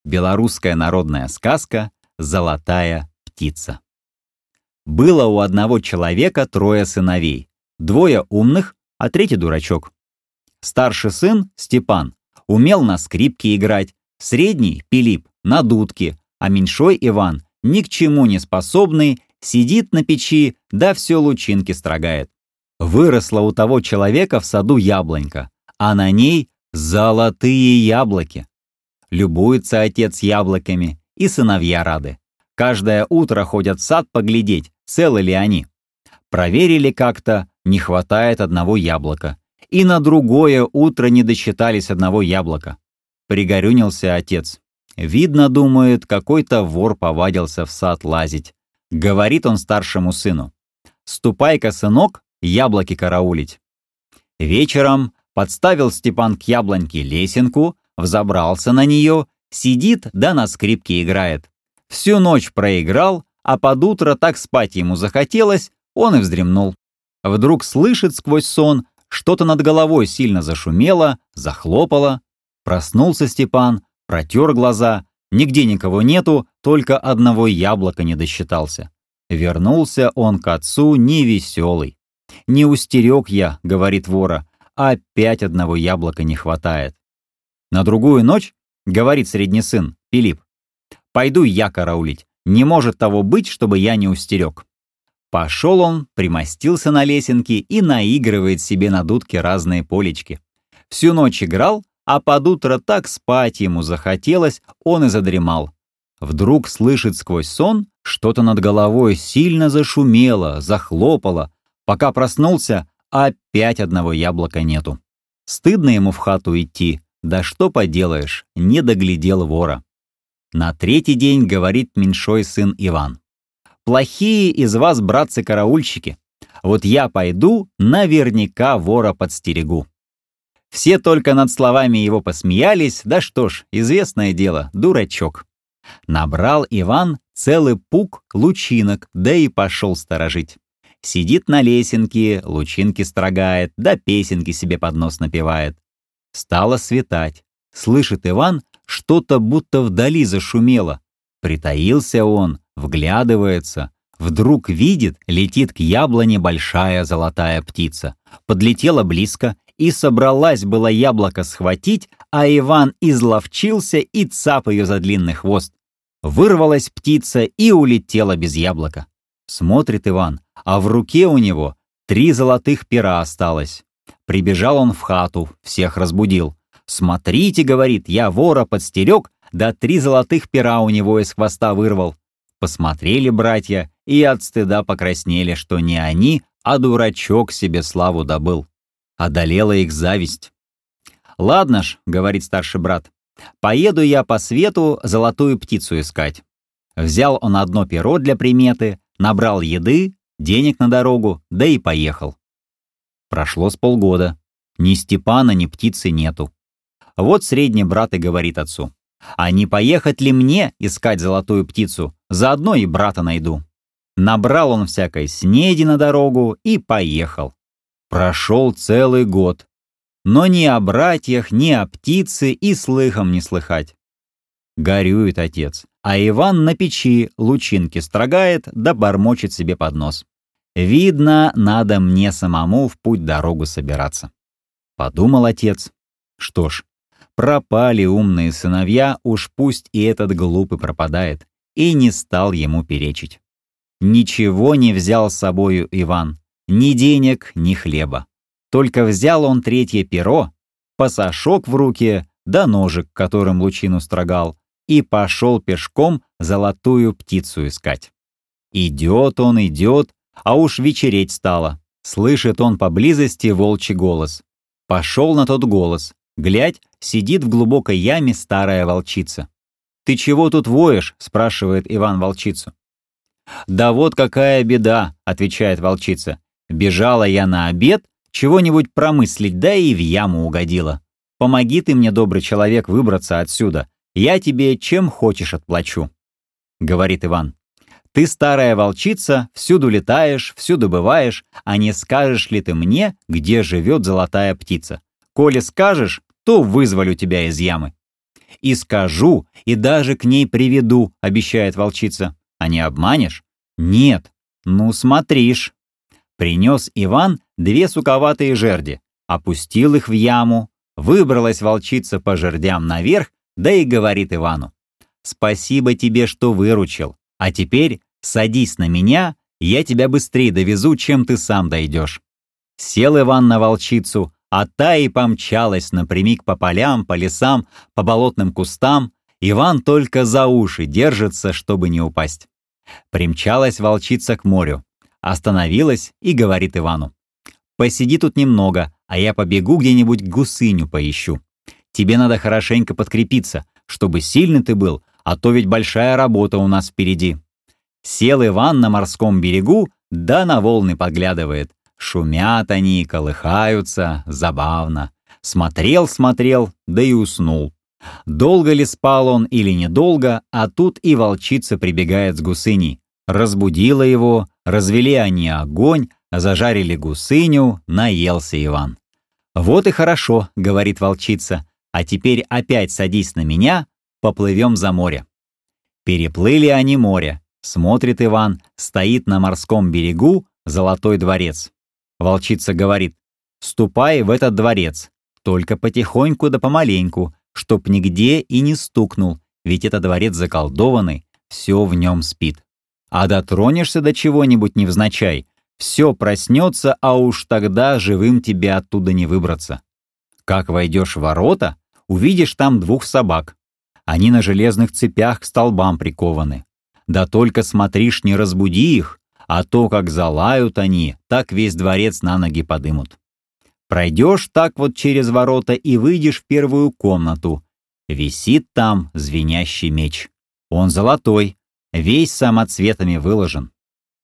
Белорусская народная сказка «Золотая птица». Было у одного человека 3 сыновей, 2 умных, а 3 дурачок. Старший сын, Степан, умел на скрипке играть, средний, Пилип, на дудке, а меньшой Иван, ни к чему не способный, сидит на печи, да все лучинки строгает. Выросла у того человека в саду яблонька, а на ней золотые яблоки. Любуется отец яблоками, и сыновья рады. Каждое утро ходят в сад поглядеть, целы ли они. Проверили как-то, не хватает одного яблока. И на другое утро не досчитались одного яблока. Пригорюнился отец. Видно, думает, какой-то вор повадился в сад лазить. Говорит он старшему сыну: «Ступай-ка, сынок, яблоки караулить». Вечером подставил Степан к яблоньке лесенку, взобрался на нее, сидит да на скрипке играет. Всю ночь проиграл, а под утро так спать ему захотелось, он и вздремнул. Вдруг слышит сквозь сон, что-то над головой сильно зашумело, захлопало. Проснулся Степан, протер глаза, нигде никого нету, только одного яблока не досчитался. Вернулся он к отцу невеселый. «Не устерег я», — говорит вора, — «опять одного яблока не хватает». На другую ночь, говорит средний сын, Пилип, «Пойду я караулить, не может того быть, чтобы я не устерег». Пошел он, примостился на лесенке и наигрывает себе на дудке разные полечки. Всю ночь играл, а под утро так спать ему захотелось, он и задремал. Вдруг слышит сквозь сон, что-то над головой сильно зашумело, захлопало. Пока проснулся, опять одного яблока нету. Стыдно ему в хату идти, да что поделаешь, не доглядел вора. На 3-й день говорит меньшой сын Иван: «Плохие из вас, братцы-караульщики, вот я пойду, наверняка вора подстерегу». Все только над словами его посмеялись, да что ж, известное дело, дурачок. Набрал Иван целый пук лучинок, да и пошел сторожить. Сидит на лесенке, лучинки строгает, да песенки себе под нос напевает. Стало светать. Слышит Иван, что-то будто вдали зашумело. Притаился он, вглядывается. Вдруг видит, летит к яблоне большая золотая птица. Подлетела близко и собралась было яблоко схватить, а Иван изловчился и цап ее за длинный хвост. Вырвалась птица и улетела без яблока. Смотрит Иван, а в руке у него 3 золотых пера осталось. Прибежал он в хату, всех разбудил. «Смотрите, — говорит, — я вора подстерег, да 3 золотых пера у него из хвоста вырвал». Посмотрели братья и от стыда покраснели, что не они, а дурачок себе славу добыл. Одолела их зависть. «Ладно ж, — говорит старший брат, — поеду я по свету золотую птицу искать». Взял он одно перо для приметы, набрал еды, денег на дорогу, да и поехал. Прошло с полгода. Ни Степана, ни птицы нету. Вот средний брат и говорит отцу: «А не поехать ли мне искать золотую птицу? Заодно и брата найду». Набрал он всякой снеди на дорогу и поехал. Прошел целый год. Но ни о братьях, ни о птице и слыхом не слыхать. Горюет отец, а Иван на печи лучинки строгает да бормочет себе под нос: «Видно, надо мне самому в путь-дорогу собираться». Подумал отец: что ж, пропали умные сыновья, уж пусть и этот глупый пропадает, и не стал ему перечить. Ничего не взял с собою Иван, ни денег, ни хлеба. Только взял он 3-е перо, пасашок в руке, да ножик, которым лучину строгал, и пошел пешком золотую птицу искать. Идет он, идет, а уж вечереть стало. Слышит он поблизости волчий голос. Пошел на тот голос. Глядь, сидит в глубокой яме старая волчица. «Ты чего тут воешь?» — спрашивает Иван волчицу. «Да вот какая беда», — отвечает волчица. «Бежала я на обед, чего-нибудь промыслить, да и в яму угодила. Помоги ты мне, добрый человек, выбраться отсюда. Я тебе чем хочешь отплачу». Говорит Иван: «Ты, старая волчица, всюду летаешь, всюду бываешь, а не скажешь ли ты мне, где живет золотая птица? Коли скажешь, то вызволю тебя из ямы». И скажу, и даже к ней приведу, обещает волчица. А не обманешь? Нет. Ну, смотришь. Принес Иван 2 суковатые жерди, опустил их в яму, выбралась волчица по жердям наверх, да и говорит Ивану: «Спасибо тебе, что выручил, а теперь садись на меня, я тебя быстрее довезу, чем ты сам дойдешь». Сел Иван на волчицу, а та и помчалась напрямик по полям, по лесам, по болотным кустам. Иван только за уши держится, чтобы не упасть. Примчалась волчица к морю, остановилась и говорит Ивану: «Посиди тут немного, а я побегу где-нибудь гусыню поищу. Тебе надо хорошенько подкрепиться, чтобы сильный ты был, а то ведь большая работа у нас впереди». Сел Иван на морском берегу, да на волны поглядывает. Шумят они, колыхаются, забавно. Смотрел, да и уснул. Долго ли спал он или недолго, а тут и волчица прибегает с гусыней. Разбудила его, развели они огонь, зажарили гусыню, наелся Иван. «Вот и хорошо», — говорит волчица, «а теперь опять садись на меня, поплывем за море». Переплыли они море. Смотрит Иван, стоит на морском берегу золотой дворец. Волчица говорит: «Ступай в этот дворец, только потихоньку да помаленьку, чтоб нигде и не стукнул, ведь это дворец заколдованный, все в нем спит. А дотронешься до чего-нибудь невзначай, все проснется, а уж тогда живым тебе оттуда не выбраться. Как войдешь в ворота, увидишь там 2 собак. Они на железных цепях к столбам прикованы. Да только смотришь, не разбуди их, а то, как залают они, так весь дворец на ноги подымут. Пройдешь так вот через ворота и выйдешь в первую комнату. Висит там звенящий меч. Он золотой, весь самоцветами выложен.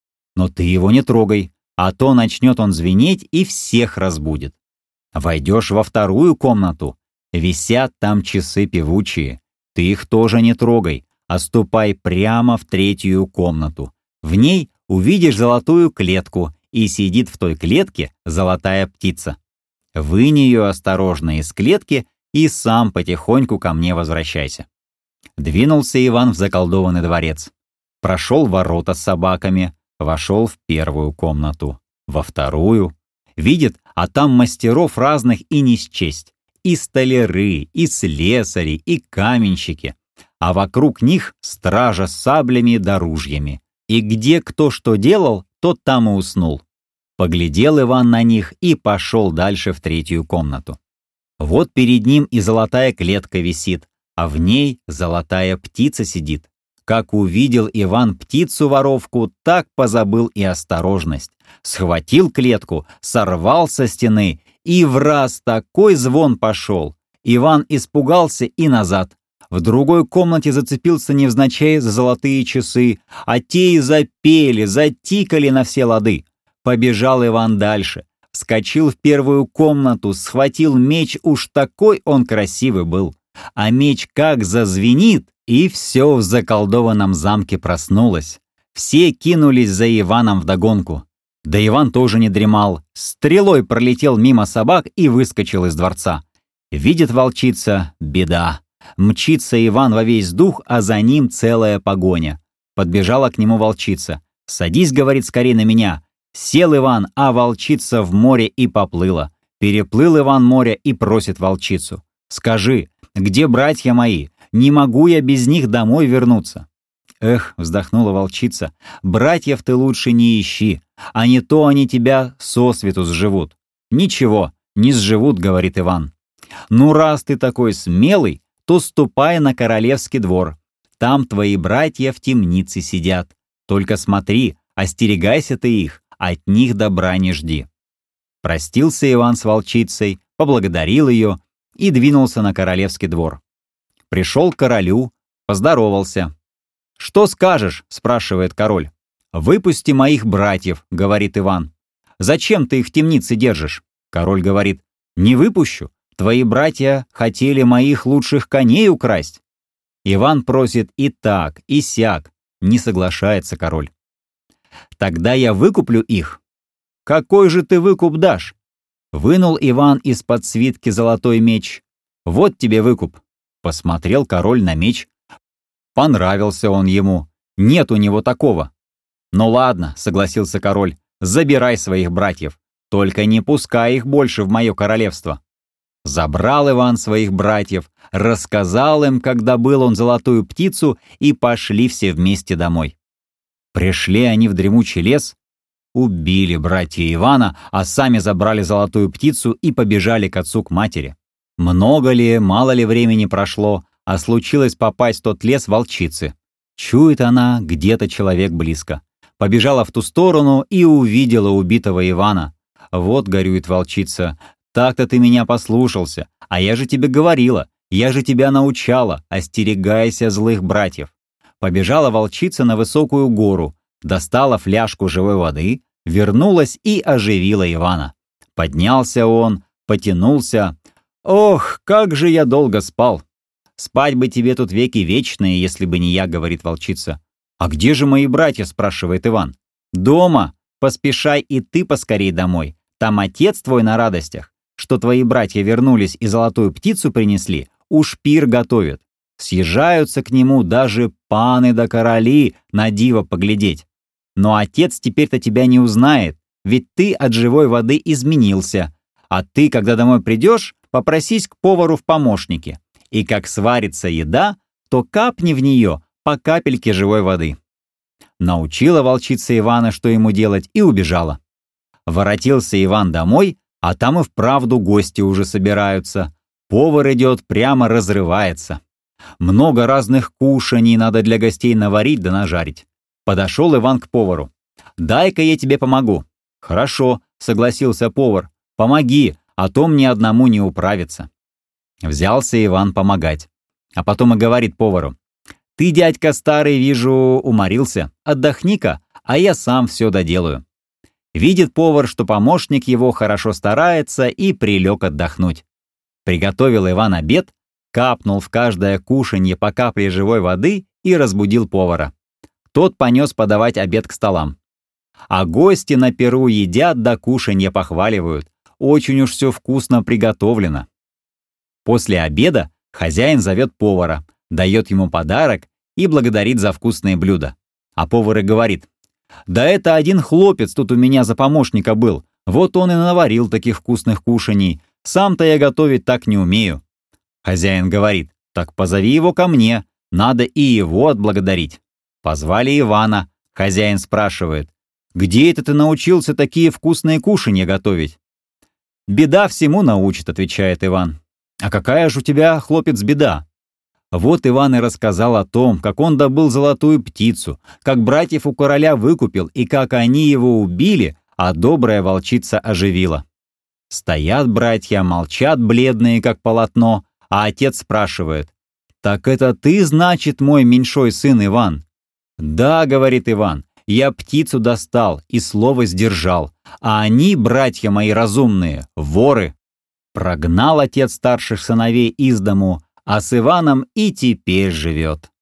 Но ты его не трогай, а то начнет он звенеть и всех разбудит. Войдешь во вторую комнату. Висят там часы певучие. Ты их тоже не трогай, а ступай прямо в третью комнату. В ней увидишь золотую клетку, и сидит в той клетке золотая птица. Вынь ее осторожно из клетки и сам потихоньку ко мне возвращайся». Двинулся Иван в заколдованный дворец. Прошел ворота с собаками, вошел в первую комнату, во вторую. Видит, а там мастеров разных и не счесть. И столяры, и слесари, и каменщики. А вокруг них стража с саблями да ружьями. И где кто что делал, тот там и уснул. Поглядел Иван на них и пошел дальше в третью комнату. Вот перед ним и золотая клетка висит, а в ней золотая птица сидит. Как увидел Иван птицу-воровку, так позабыл и осторожность. Схватил клетку, сорвал со стены, и враз такой звон пошел. Иван испугался и назад. В другой комнате зацепился невзначай за золотые часы, а те и запели, затикали на все лады. Побежал Иван дальше, вскочил в первую комнату, схватил меч, уж такой он красивый был. А меч как зазвенит, и все в заколдованном замке проснулось. Все кинулись за Иваном вдогонку. Да Иван тоже не дремал, стрелой пролетел мимо собак и выскочил из дворца. Видит волчица — беда. Мчится Иван во весь дух, а за ним целая погоня. Подбежала к нему волчица. «Садись, — говорит, — скорей на меня». Сел Иван, а волчица в море и поплыла. Переплыл Иван море и просит волчицу: «Скажи, где братья мои? Не могу я без них домой вернуться». «Эх, — вздохнула волчица, — братьев ты лучше не ищи, а не то они тебя сосвету сживут». «Ничего, не сживут, — говорит Иван. Ну, раз ты такой смелый, то ступай на королевский двор. Там твои братья в темнице сидят. Только смотри, остерегайся ты их, от них добра не жди». Простился Иван с волчицей, поблагодарил ее и двинулся на королевский двор. Пришел к королю, поздоровался. «Что скажешь?» — спрашивает король. «Выпусти моих братьев», — говорит Иван. «Зачем ты их в темнице держишь?» Король говорит: «Не выпущу. Твои братья хотели моих лучших коней украсть». Иван просит и так, и сяк. Не соглашается король. «Тогда я выкуплю их». «Какой же ты выкуп дашь?» Вынул Иван из-под свитки золотой меч. «Вот тебе выкуп. Посмотрел король на меч. Понравился он ему. Нет у него такого. «Ну ладно», — согласился король, — «забирай своих братьев. Только не пускай их больше в мое королевство». Забрал Иван своих братьев, рассказал им, как добыл он золотую птицу, и пошли все вместе домой. Пришли они в дремучий лес, убили братья Ивана, а сами забрали золотую птицу и побежали к отцу, к матери. Много ли, мало ли времени прошло, а случилось попасть в тот лес волчицы. Чует она, где-то человек близко. Побежала в ту сторону и увидела убитого Ивана. «Вот, — горюет волчица, — так-то ты меня послушался, а я же тебе говорила, я же тебя научала, остерегайся злых братьев». Побежала волчица на высокую гору, достала фляжку живой воды, вернулась и оживила Ивана. Поднялся он, потянулся. «Ох, как же я долго спал! Спать бы тебе тут веки вечные, если бы не я», — говорит волчица. «А где же мои братья?» — спрашивает Иван. «Дома. Поспешай и ты поскорей домой. Там отец твой на радостях, что твои братья вернулись и золотую птицу принесли, уж пир готовят. Съезжаются к нему даже паны да короли на диво поглядеть. Но отец теперь-то тебя не узнает, ведь ты от живой воды изменился. А ты, когда домой придешь, попросись к повару в помощники. И как сварится еда, то капни в нее по капельке живой воды». Научила волчица Ивана, что ему делать, и убежала. Воротился Иван домой, а там и вправду гости уже собираются. Повар идет, прямо разрывается. Много разных кушаний надо для гостей наварить да нажарить. Подошел Иван к повару. «Дай-ка я тебе помогу». «Хорошо», — согласился повар, — «помоги, а то мне одному не управиться». Взялся Иван помогать. А потом и говорит повару: «Ты, дядька старый, вижу, уморился. Отдохни-ка, а я сам все доделаю». Видит повар, что помощник его хорошо старается, и прилег отдохнуть. Приготовил Иван обед, капнул в каждое кушанье по капле живой воды и разбудил повара. Тот понес подавать обед к столам. А гости на пиру едят да кушанье похваливают. Очень уж все вкусно приготовлено. После обеда хозяин зовет повара, дает ему подарок и благодарит за вкусные блюда. А повар и говорит: «Да это один хлопец тут у меня за помощника был, вот он и наварил таких вкусных кушаний, сам-то я готовить так не умею». Хозяин говорит: «Так позови его ко мне, надо и его отблагодарить». Позвали Ивана, хозяин спрашивает: «Где это ты научился такие вкусные кушанья готовить?» «Беда всему научит», — отвечает Иван. «А какая же у тебя, хлопец, беда?» Вот Иван и рассказал о том, как он добыл золотую птицу, как братьев у короля выкупил и как они его убили, а добрая волчица оживила. Стоят братья, молчат бледные, как полотно, а отец спрашивает: «Так это ты, значит, мой меньшой сын Иван?» «Да, — говорит Иван, — я птицу достал и слово сдержал, а они, братья мои разумные, воры». Прогнал отец старших сыновей из дому, а с Иваном и теперь живет.